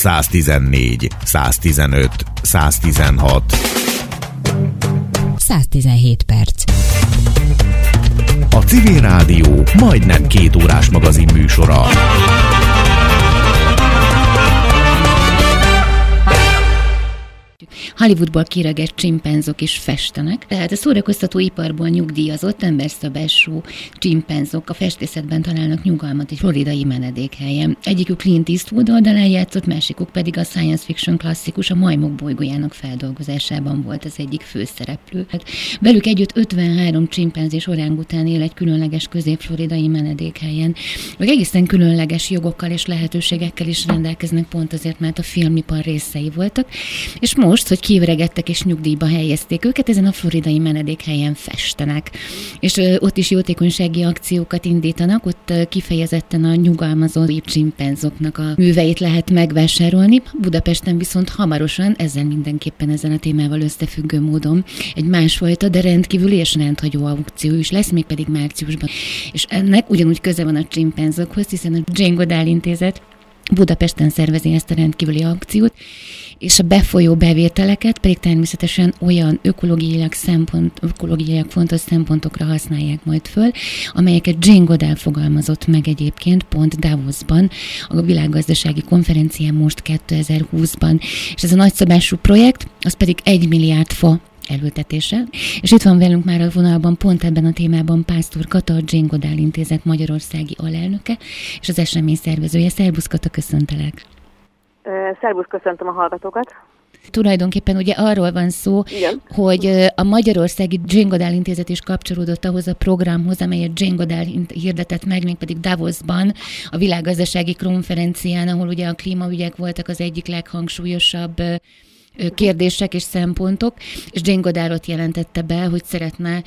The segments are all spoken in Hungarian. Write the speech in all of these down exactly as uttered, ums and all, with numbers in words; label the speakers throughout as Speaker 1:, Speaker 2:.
Speaker 1: száztizennégy, száztizenöt, száztizenhat.
Speaker 2: száztizenhét perc.
Speaker 1: A Civil Rádió majdnem két órás magazin műsora.
Speaker 3: Hollywoodból kiregett csimpánzok is festenek, tehát a szórakoztató iparból nyugdíjazott emberszabású csimpánzok a festészetben találnak nyugalmat egy floridai menedékhelyen. Egyikük Clint Eastwood oldalán játszott, másikuk pedig a science fiction klasszikus A majmok bolygójának feldolgozásában volt az egyik főszereplő. Hát velük együtt ötvenhárom csimpánz és orángután él egy különleges közép-floridai menedékhelyen, vagy egészen különleges jogokkal és lehetőségekkel is rendelkeznek, pont azért, mert a filmipar részei voltak, és most, hogy kiöregedtek és nyugdíjba helyezték őket, ezen a floridai menedékhelyen festenek. És ö, ott is jótékonysági akciókat indítanak, ott ö, kifejezetten a nyugalmazott csimpánzoknak a műveit lehet megvásárolni. Budapesten viszont hamarosan, ezzel mindenképpen ezen a témával összefüggő módon egy másfajta, de rendkívüli és rendhagyó aukció is lesz, mégpedig márciusban. És ennek ugyanúgy köze van a csimpánzokhoz, hiszen a Jane Goodall Intézet Budapesten szervezi ezt a rendkívüli aukciót, és a befolyó bevételeket pedig természetesen olyan ökológiailag, szempont, ökológiailag fontos szempontokra használják majd föl, amelyeket Jane Goodall fogalmazott meg egyébként pont Davosban, a világgazdasági konferencián most kétezer-húszban. És ez a nagyszabású projekt, az pedig egy milliárd fa elültetése. És itt van velünk már a vonalban pont ebben a témában Pásztor Kata, a Jane Goodall Intézet magyarországi alelnöke, és az esemény szervezője. Szerbusz Kata, köszöntelek!
Speaker 4: Szerbusz, köszöntöm a hallgatókat!
Speaker 3: Tulajdonképpen ugye arról van szó, igen, hogy a magyarországi Jane Goodall Intézet is kapcsolódott ahhoz a programhoz, amelyet Jane Goodall hirdetett meg, még pedig Davosban, a világgazdasági konferencián, ahol ugye a klímaügyek voltak az egyik leghangsúlyosabb kérdések és szempontok, és Jane Goodall ott jelentette be, hogy szeretne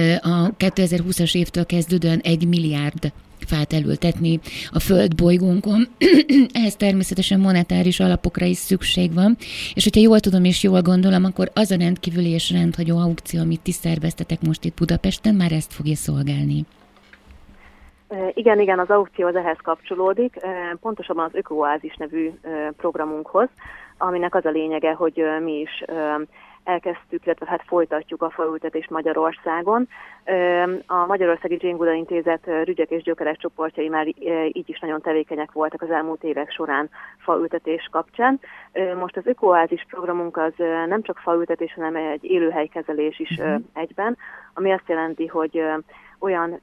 Speaker 3: a kétezer-húszas évtől kezdődően egy milliárd fát elültetni a Föld bolygónkon. Ehhez természetesen monetáris alapokra is szükség van, és hogyha jól tudom és jól gondolom, akkor az a rendkívüli és rendhagyó aukció, amit ti szerveztetek most itt Budapesten, már ezt fogja szolgálni.
Speaker 4: Igen, igen, az aukció az ehhez kapcsolódik, pontosabban az Öko-oázis nevű programunkhoz, aminek az a lényege, hogy mi is elkezdtük, illetve hát folytatjuk a faültetést Magyarországon. A Magyarországi Jane Goodall Intézet Rügyek és Gyökerek csoportjai már így is nagyon tevékenyek voltak az elmúlt évek során faültetés kapcsán. Most az Öko-oázis programunk az nem csak faültetés, hanem egy élőhelykezelés is uh-huh. egyben, ami azt jelenti, hogy olyan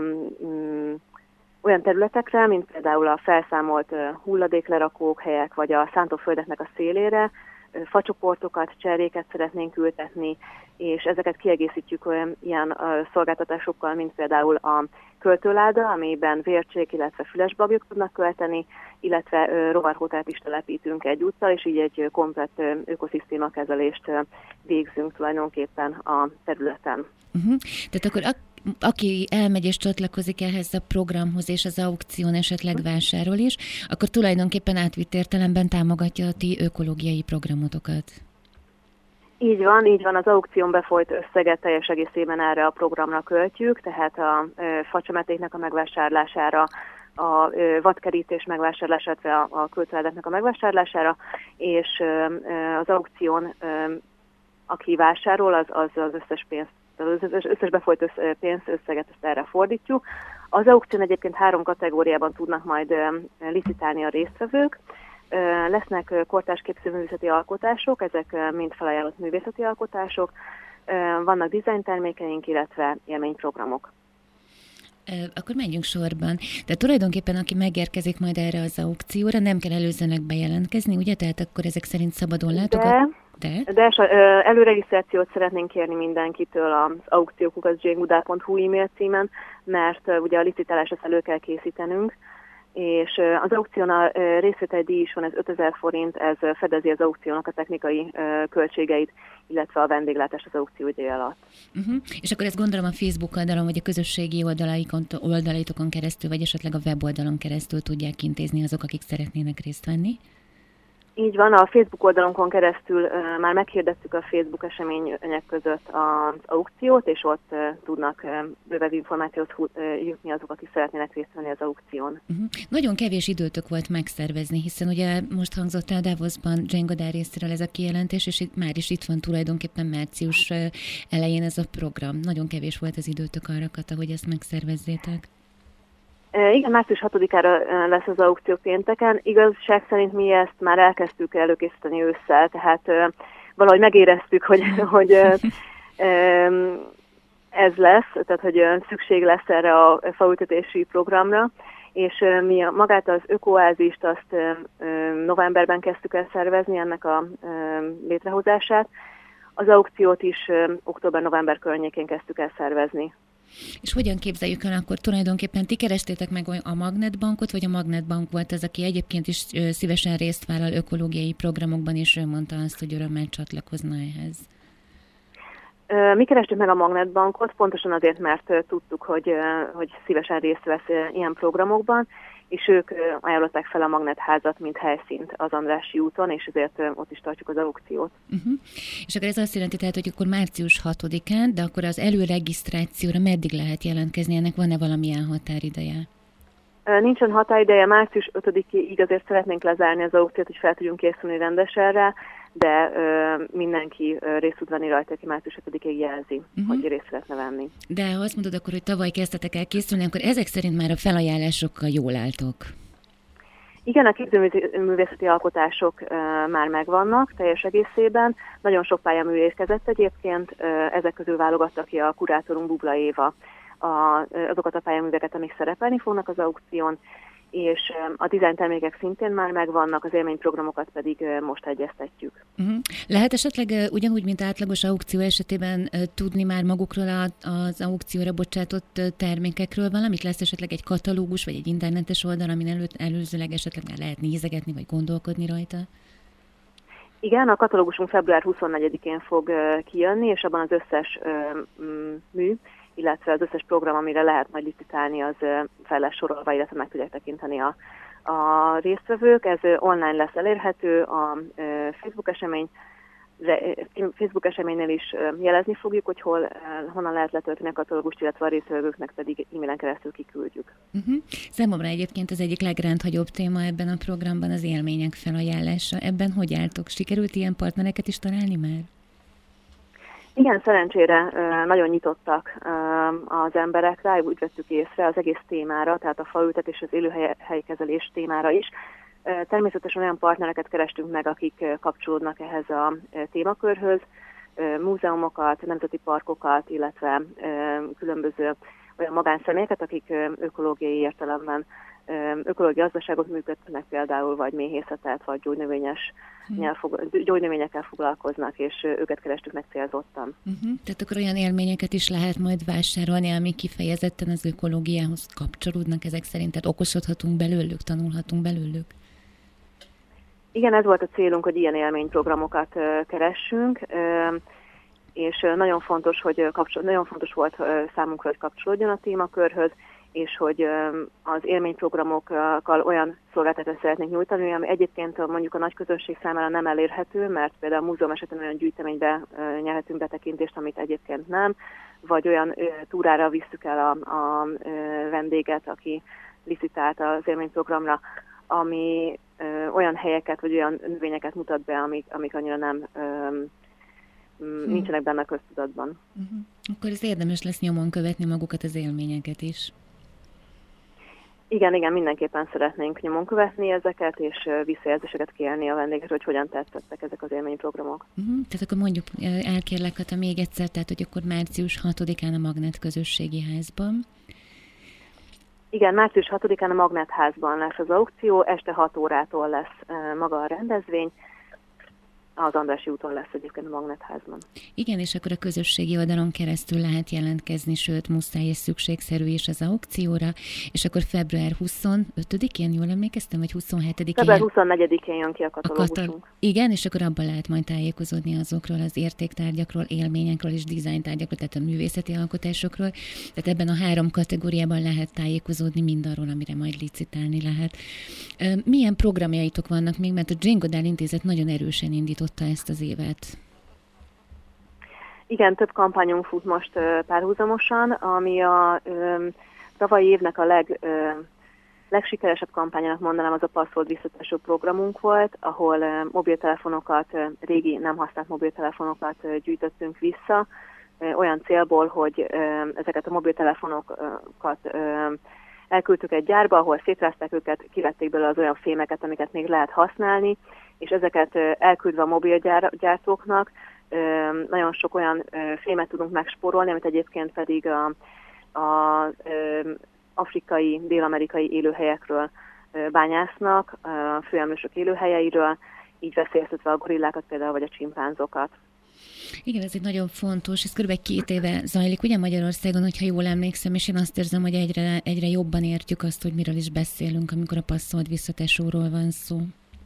Speaker 4: olyan területekre, mint például a felszámolt hulladéklerakók helyek, vagy a szántóföldeknek a szélére, facsoportokat, cserréket szeretnénk ültetni, és ezeket kiegészítjük olyan ilyen szolgáltatásokkal, mint például a költőláda, amiben vércsék, illetve fülesbagyok tudnak költeni, illetve rovarhótelt is telepítünk egyúttal, és így egy komplett ökoszisztémakezelést végzünk tulajdonképpen a területen.
Speaker 3: Uh-huh. Tehát akkor ak- aki elmegy és csatlakozik ehhez a programhoz, és az aukción esetleg vásárol is, akkor tulajdonképpen átvitt értelemben támogatja a ti ökológiai programotokat.
Speaker 4: Így van, így van, az aukción befolyt összeget teljes egészében erre a programra költjük, tehát a facsemetéknek a megvásárlására, a vadkerítés megvásárlására, a, a költőládáknak a megvásárlására, és az aukción aki vásárol, az az, az összes pénzt, az összes befolyt pénzösszeget ezt erre fordítjuk. Az aukción egyébként három kategóriában tudnak majd licitálni a résztvevők. Lesznek kortárs képzőművészeti alkotások, ezek mind felajánlott művészeti alkotások, vannak dizájntermékeink, illetve élményprogramok.
Speaker 3: Akkor menjünk sorban. Tehát tulajdonképpen, aki megérkezik majd erre az aukcióra, nem kell előzőnek bejelentkezni, ugye? Tehát akkor ezek szerint szabadon látogat?
Speaker 4: De, de? de előregisztrációt szeretnénk kérni mindenkitől az aukciókukat jane goodall pont hu e-mail címen, mert ugye a licitálás ezt elő kell készítenünk, és az aukción a részvételi díj is van, ez ötezer forint, ez fedezi az aukciónak a technikai költségeit, illetve a vendéglátást az aukció ideje alatt.
Speaker 3: Uh-huh. És akkor ezt gondolom a Facebook oldalon, vagy a közösségi oldalaikon, oldalaitokon keresztül, vagy esetleg a weboldalon keresztül tudják intézni azok, akik szeretnének részt venni?
Speaker 4: Így van, a Facebook oldalunkon keresztül uh, már meghirdettük a Facebook események között az aukciót, és ott uh, tudnak uh, bővebb információt uh, jutni azok, akik szeretnének részt venni az aukción.
Speaker 3: Uh-huh. Nagyon kevés időtök volt megszervezni, hiszen ugye most hangzott el Davosban Jane Goodall részéről ez a kijelentés, és itt, már is itt van tulajdonképpen március uh, elején ez a program. Nagyon kevés volt az időtök arra, Kata, hogy ezt megszervezzétek.
Speaker 4: Igen, március hatodikára lesz az aukció pénteken. Igazság szerint mi ezt már elkezdtük előkészíteni ősszel, tehát valahogy megéreztük, hogy, hogy ez lesz, tehát hogy szükség lesz erre a faültetési programra, és mi magát az ökoázist azt novemberben kezdtük el szervezni, ennek a létrehozását. Az aukciót is október-november környékén kezdtük el szervezni.
Speaker 3: És hogyan képzeljük el, akkor tulajdonképpen ti kerestétek meg a Magnetbankot, vagy a Magnetbank volt az, aki egyébként is szívesen részt vállal ökológiai programokban, és ő mondta azt, hogy örömmel csatlakozna ehhez?
Speaker 4: Mi kerestük meg a Magnetbankot, pontosan azért, mert tudtuk, hogy, hogy szívesen részt vesz ilyen programokban, és ők ajánlották fel a Magnetházat, mint helyszínt az Andrássy úton, és ezért ott is tartjuk az aukciót.
Speaker 3: Uh-huh. És akkor ez azt jelenti, tehát, hogy akkor március hatodikán, de akkor az előregisztrációra meddig lehet jelentkezni? Ennek van-e valamilyen határideje?
Speaker 4: Nincsen határideje, március ötödikéig azért szeretnénk lezárni az aukciót, hogy fel tudjunk készülni rendesen rá, de ö, mindenki ö, részt tud venni rajta, aki március ötödikéig jelzi, uh-huh. hogy részt szeretne venni.
Speaker 3: De ha azt mondod akkor, hogy tavaly kezdtetek el készülni, akkor ezek szerint már a felajánlásokkal jól álltok.
Speaker 4: Igen, a képzőművészeti alkotások ö, már megvannak teljes egészében. Nagyon sok pályamű érkezett egyébként, ö, ezek közül válogatta ki a kurátorunk Bubla Éva a, azokat a pályaműveket, amik szerepelni fognak az aukción, és a design termékek szintén már megvannak, az élményprogramokat pedig most egyeztetjük. Uh-huh.
Speaker 3: Lehet esetleg ugyanúgy, mint átlagos aukció esetében tudni már magukról az aukcióra bocsátott termékekről valamit? Lesz esetleg egy katalógus, vagy egy internetes oldal, amin elő, előzőleg esetleg már lehet nézegetni, vagy gondolkodni rajta?
Speaker 4: Igen, a katalógusunk február huszonnegyedikén fog kijönni, és abban az összes mű, illetve az összes program, amire lehet majd licitálni, az fel lesz sorolva, illetve meg tudják tekinteni a, a résztvevők. Ez online lesz elérhető, a Facebook esemény, Facebook eseménynél is jelezni fogjuk, hogy hol, honnan lehet letölteni a katalógust, illetve a résztvevőknek pedig e-mailen keresztül kiküldjük.
Speaker 3: Uh-huh. Számomra egyébként az egyik legrendhagyóbb téma ebben a programban az élmények felajánlása. Ebben hogy álltok? Sikerült ilyen partnereket is találni már?
Speaker 4: Igen, szerencsére nagyon nyitottak az emberek rá, úgy vettük észre az egész témára, tehát a faültetés és az élőhelykezelés témára is. Természetesen olyan partnereket kerestünk meg, akik kapcsolódnak ehhez a témakörhöz, múzeumokat, nemzeti parkokat, illetve különböző olyan magánszemélyeket, akik ökológiai értelemben ökológiai gazdaságot működnek például, vagy méhészetet, vagy gyógynövényes, hmm. gyógynövényekkel foglalkoznak, és őket kerestük meg célzottan.
Speaker 3: Uh-huh. Tehát akkor olyan élményeket is lehet majd vásárolni, amik kifejezetten az ökológiához kapcsolódnak ezek szerint, tehát okosodhatunk belőlük, tanulhatunk belőlük?
Speaker 4: Igen, ez volt a célunk, hogy ilyen élményprogramokat keressünk, és nagyon fontos, hogy kapcsol, nagyon fontos volt számunkra, hogy kapcsolódjon a témakörhöz, és hogy az élményprogramokkal olyan szolgáltatást szeretnénk nyújtani, ami egyébként mondjuk a nagy közönség számára nem elérhető, mert például a múzeum esetén olyan gyűjteménybe nyerhetünk betekintést, amit egyébként nem, vagy olyan túrára visszük el a, a vendéget, aki licitált az élményprogramra, ami olyan helyeket, vagy olyan növényeket mutat be, amik, amik annyira nem nincsenek benne a köztudatban.
Speaker 3: Uh-huh. Akkor ez érdemes lesz nyomon követni magukat az élményeket is.
Speaker 4: Igen, igen, mindenképpen szeretnénk nyomon követni ezeket, és visszajelzéseket kérni a vendégekre, hogy hogyan tetszettek ezek az élményprogramok.
Speaker 3: Uh-huh. Tehát akkor mondjuk elkérlek, Kata, még egyszer, tehát hogy akkor március hatodikán a Magnet közösségi házban.
Speaker 4: Igen, március hatodikán a Magnetházban lesz az aukció, este hat órától lesz maga a rendezvény, az Andrássy úton lesz egyébként a Magnetházban.
Speaker 3: Igen, és akkor a közösségi oldalon keresztül lehet jelentkezni, sőt, muszáj és szükségszerű is az aukcióra, és akkor február huszonötödikén, jól emlékeztem, vagy huszonhetedikén?
Speaker 4: február huszonnegyedikén jön ki a katalógusunk. A katal-
Speaker 3: Igen, és akkor abban lehet majd tájékozódni azokról az értéktárgyakról, élményekről és dizájntárgyakról, tehát a művészeti alkotásokról. Tehát ebben a három kategóriában lehet tájékozódni mindarról, amire majd licitálni lehet. Milyen programjaitok vannak még, mert a Jane Goodall Intézet nagyon erősen indította ezt az évet?
Speaker 4: Igen, több kampányunk fut most párhuzamosan, ami a ö, tavalyi évnek a leg, ö, legsikeresebb kampányának mondanám, az a Password visszateső programunk volt, ahol ö, mobiltelefonokat, ö, régi nem használt mobiltelefonokat ö, gyűjtöttünk vissza, ö, olyan célból, hogy ö, ezeket a mobiltelefonokat ö, elküldtük egy gyárba, ahol szétrázták őket, kivették belőle az olyan fémeket, amiket még lehet használni, és ezeket elküldve a mobilgyártóknak nagyon sok olyan fémet tudunk megspórolni, amit egyébként pedig a, a afrikai, dél-amerikai élőhelyekről bányásznak, a főemlősök élőhelyeiről, így veszélyeztetve a gorillákat például, vagy a csimpánzokat.
Speaker 3: Igen, ez egy nagyon fontos, ez kb. két éve zajlik ugye Magyarországon, hogyha jól emlékszem, és én azt érzem, hogy egyre, egyre jobban értjük azt, hogy miről is beszélünk, amikor a passzolt visszatesóról van szó.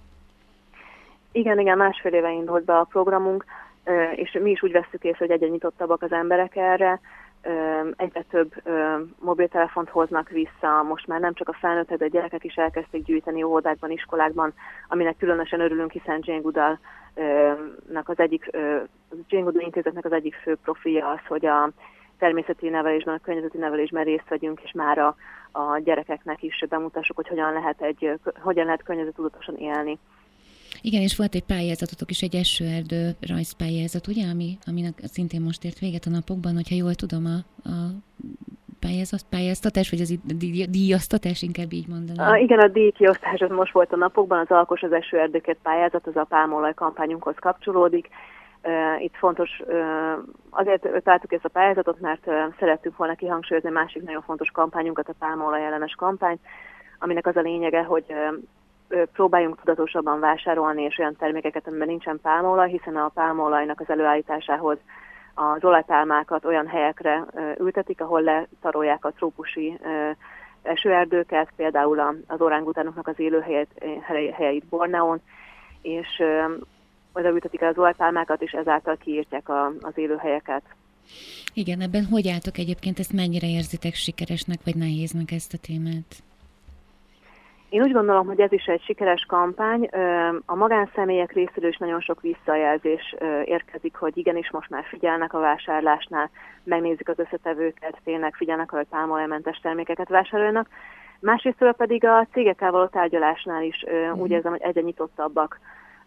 Speaker 4: Igen, igen, másfél éve indult be a programunk, és mi is úgy vesszük észre, hogy egyre nyitottabbak az emberek erre, egyre több mobiltelefont hoznak vissza, most már nem csak a felnőttek, de a gyerekek is elkezdték gyűjteni óvodákban, iskolákban, aminek különösen örülünk, hiszen Jane Goodall-nak az egyik, Jane Goodall Intézetnek az egyik fő profilja az, hogy a természeti nevelésben, a környezeti nevelésben részt vegyünk, és már a, a gyerekeknek is bemutassuk, hogy hogyan lehet, egy, hogyan lehet környezettudatosan élni.
Speaker 3: Igen, és volt egy pályázatotok is, egy esőerdő rajzpályázat, ugye, ami, aminek szintén most ért véget a napokban, hogyha jól tudom, a, a pályázat, pályáztatás, vagy az díjaztatás, inkább így mondanám.
Speaker 4: A, igen, a díjkiosztás az most volt a napokban, az Alkos az esőerdőket pályázat, az a pálmaolaj kampányunkhoz kapcsolódik. Uh, itt fontos, uh, azért találtuk ezt a pályázatot, mert uh, szerettünk volna kihangsúlyozni másik nagyon fontos kampányunkat, a pálmaolaj ellenes kampányt, aminek az a lényege, hogy uh, próbáljunk tudatosabban vásárolni, és olyan termékeket, amiben nincsen pálmaolaj, hiszen a pálmaolajnak az előállításához az olajpálmákat olyan helyekre ültetik, ahol letarolják a trópusi esőerdőket, például az orángutánoknak az élőhelyeit Borneón, és oda ültetik el az olajpálmákat, és ezáltal kiírtják a, az élőhelyeket.
Speaker 3: Igen, ebben hogy álltok egyébként, ezt mennyire érzitek sikeresnek, vagy nehéznek ezt a témát?
Speaker 4: Én úgy gondolom, hogy ez is egy sikeres kampány. A magánszemélyek részéről is nagyon sok visszajelzés érkezik, hogy igenis most már figyelnek a vásárlásnál, megnézik az összetevőket, tényleg figyelnek, hogy pálmaolajmentes termékeket vásárolnak. Másrésztől pedig a cégekkel való tárgyalásnál is mm. úgy érzem, hogy egyre nyitottabbak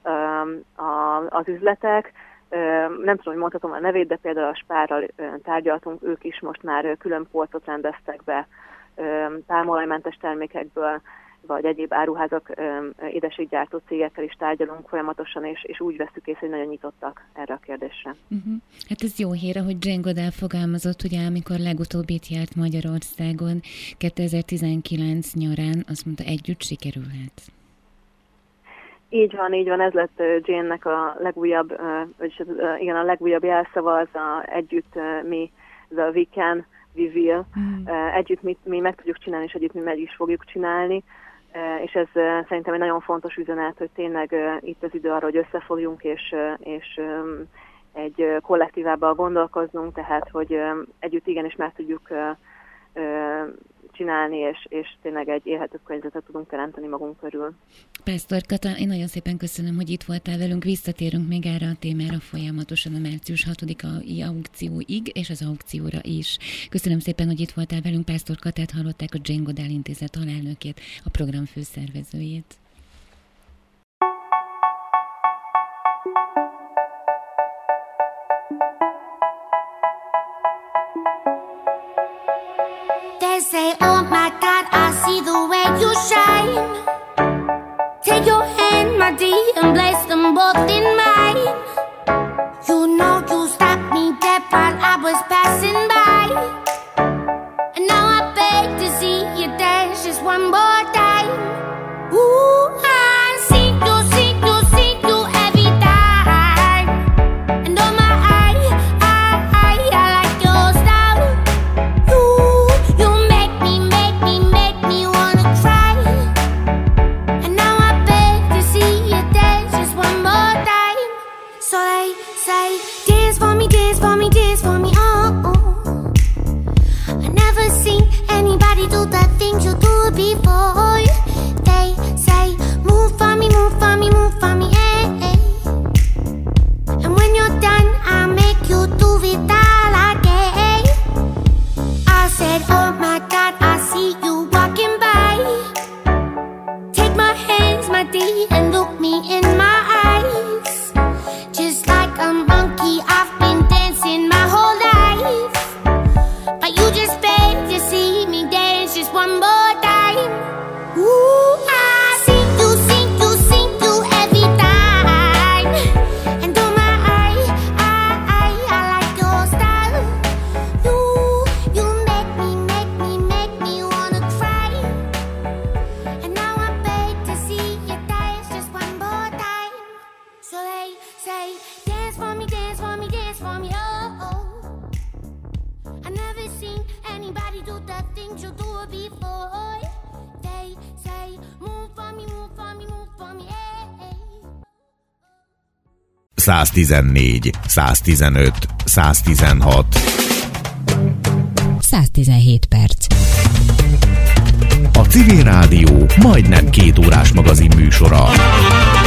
Speaker 4: az üzletek. Nem tudom, hogy mondhatom a nevét, de például a Spárral tárgyaltunk, ők is most már külön polcot rendeztek be pálmaolajmentes termékekből, vagy egyéb áruházak, édességgyártó cégekkel is tárgyalunk folyamatosan, és, és úgy veszük észre, hogy nagyon nyitottak erre a kérdésre. Uh-huh.
Speaker 3: Hát ez jó hír, hogy Jane Goodall fogalmazott, ugye, amikor legutóbb itt járt Magyarországon, kétezer-tizenkilenc nyarán, azt mondta, együtt sikerülhet.
Speaker 4: Így van, így van, ez lett Jane-nek a legújabb, vagyis igen, a legújabb jelszava, az a együtt mi, ez a we can, we will. Mm. Együtt mi, mi meg tudjuk csinálni, és együtt mi meg is fogjuk csinálni. És ez szerintem egy nagyon fontos üzenet, hogy tényleg itt az idő arra, hogy összefogjunk, és, és egy kollektívában gondolkoznunk, tehát, hogy együtt igenis meg tudjuk csinálni, és, és tényleg egy élhetőbb környezetet tudunk teremteni magunk körül.
Speaker 3: Pásztor Kata, én nagyon szépen köszönöm, hogy itt voltál velünk, visszatérünk még erre a témára folyamatosan a március hatodikai aukcióig, és az aukcióra is. Köszönöm szépen, hogy itt voltál velünk, Pásztor Katát hallották, a Jane Goodall Intézet alelnökét, a program főszervezőjét.
Speaker 2: Say, oh my God, I see the way you shine. Take your hand, my dear, and place them both in mine. You know you stopped me dead while I was passing by. And now I beg to see you dance just one more time. Ooh.
Speaker 1: száztizennégy, száztizenöt, száztizenhat.
Speaker 5: száztizenhét perc.
Speaker 1: A Civil Rádió majdnem két órás magazin műsora.